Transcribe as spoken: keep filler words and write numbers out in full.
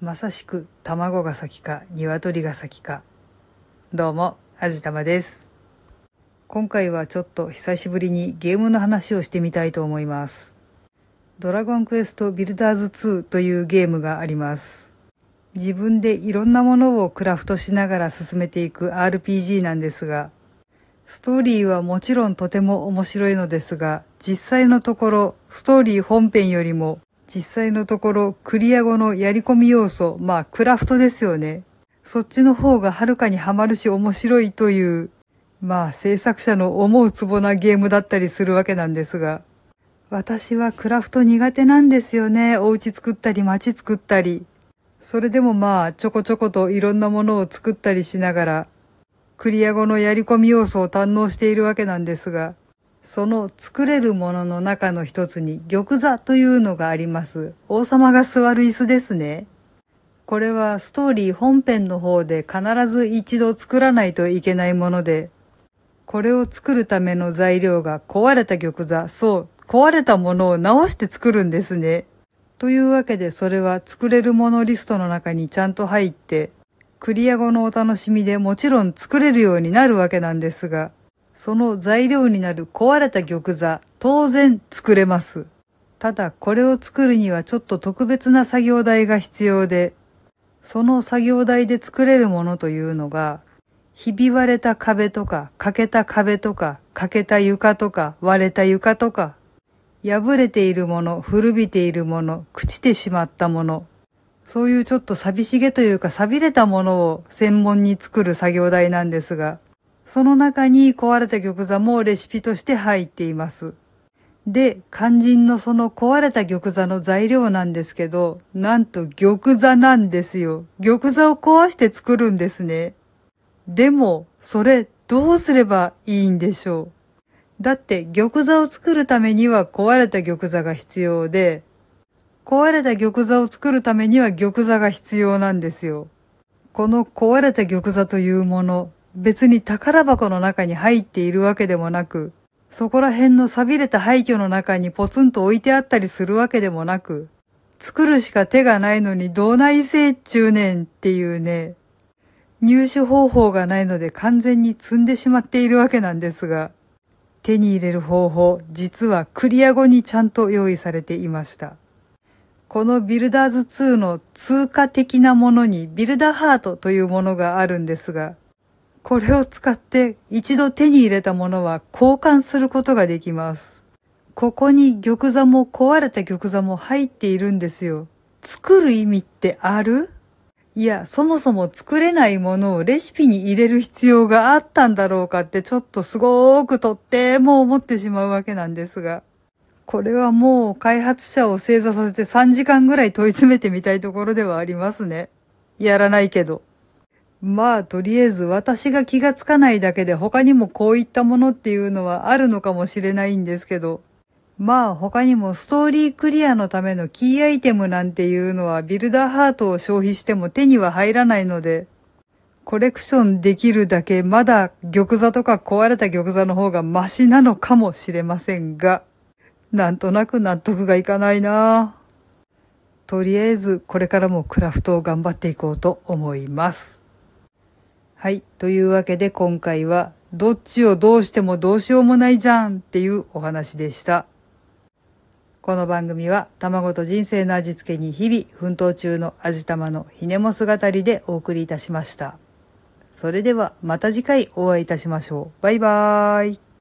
まさしく卵が先か鶏が先か。どうも、あじたまです。今回はちょっと久しぶりにゲームの話をしてみたいと思います。ドラゴンクエストビルダーズツーというゲームがあります。自分でいろんなものをクラフトしながら進めていく アールピージー なんですが、ストーリーはもちろんとても面白いのですが、実際のところストーリー本編よりも実際のところクリア後のやり込み要素、まあクラフトですよね。そっちの方がはるかにハマるし面白いという、まあ制作者の思うツボなゲームだったりするわけなんですが、私はクラフト苦手なんですよね。お家作ったり街作ったり。それでもまあちょこちょこといろんなものを作ったりしながら、クリア後のやり込み要素を堪能しているわけなんですが、その作れるものの中の一つに玉座というのがあります。王様が座る椅子ですね。これはストーリー本編の方で必ず一度作らないといけないもので、これを作るための材料が壊れた玉座、そう、壊れたものを直して作るんですね。というわけでそれは作れるものリストの中にちゃんと入って、クリア後のお楽しみでもちろん作れるようになるわけなんですが、その材料になる壊れた玉座、当然作れます。ただこれを作るにはちょっと特別な作業台が必要で、その作業台で作れるものというのが、ひび割れた壁とか、欠けた壁とか、欠けた床とか、割れた床とか、破れているもの、古びているもの、朽ちてしまったもの、そういうちょっと寂しげというか錆びれたものを専門に作る作業台なんですが、その中に壊れた玉座もレシピとして入っています。で、肝心のその壊れた玉座の材料なんですけど、なんと玉座なんですよ。玉座を壊して作るんですね。でも、それどうすればいいんでしょう。だって玉座を作るためには壊れた玉座が必要で、壊れた玉座を作るためには玉座が必要なんですよ。この壊れた玉座というもの、別に宝箱の中に入っているわけでもなく、そこら辺の錆びれた廃墟の中にポツンと置いてあったりするわけでもなく、作るしか手がないのにどないせいっちゅうねんっていうね、入手方法がないので完全に積んでしまっているわけなんですが、手に入れる方法、実はクリア後にちゃんと用意されていました。このビルダーズツーの通貨的なものにビルダーハートというものがあるんですが、これを使って一度手に入れたものは交換することができます。ここに玉座も壊れた玉座も入っているんですよ。作る意味ってある？いや、そもそも作れないものをレシピに入れる必要があったんだろうかってちょっとすごーくとっても思ってしまうわけなんですが。これはもう開発者を正座させてさんじかんぐらい問い詰めてみたいところではありますね。やらないけど。まあとりあえず私が気がつかないだけで他にもこういったものっていうのはあるのかもしれないんですけど。まあ他にもストーリークリアのためのキーアイテムなんていうのはビルダーハートを消費しても手には入らないので、コレクションできるだけまだ玉座とか壊れた玉座の方がマシなのかもしれませんが、なんとなく納得がいかないな。とりあえずこれからもクラフトを頑張っていこうと思います。はい。というわけで今回はどっちをどうしてもどうしようもないじゃんっていうお話でした。この番組は卵と人生の味付けに日々奮闘中の味玉のひねも姿りでお送りいたしました。それではまた次回お会いいたしましょう。バイバーイ。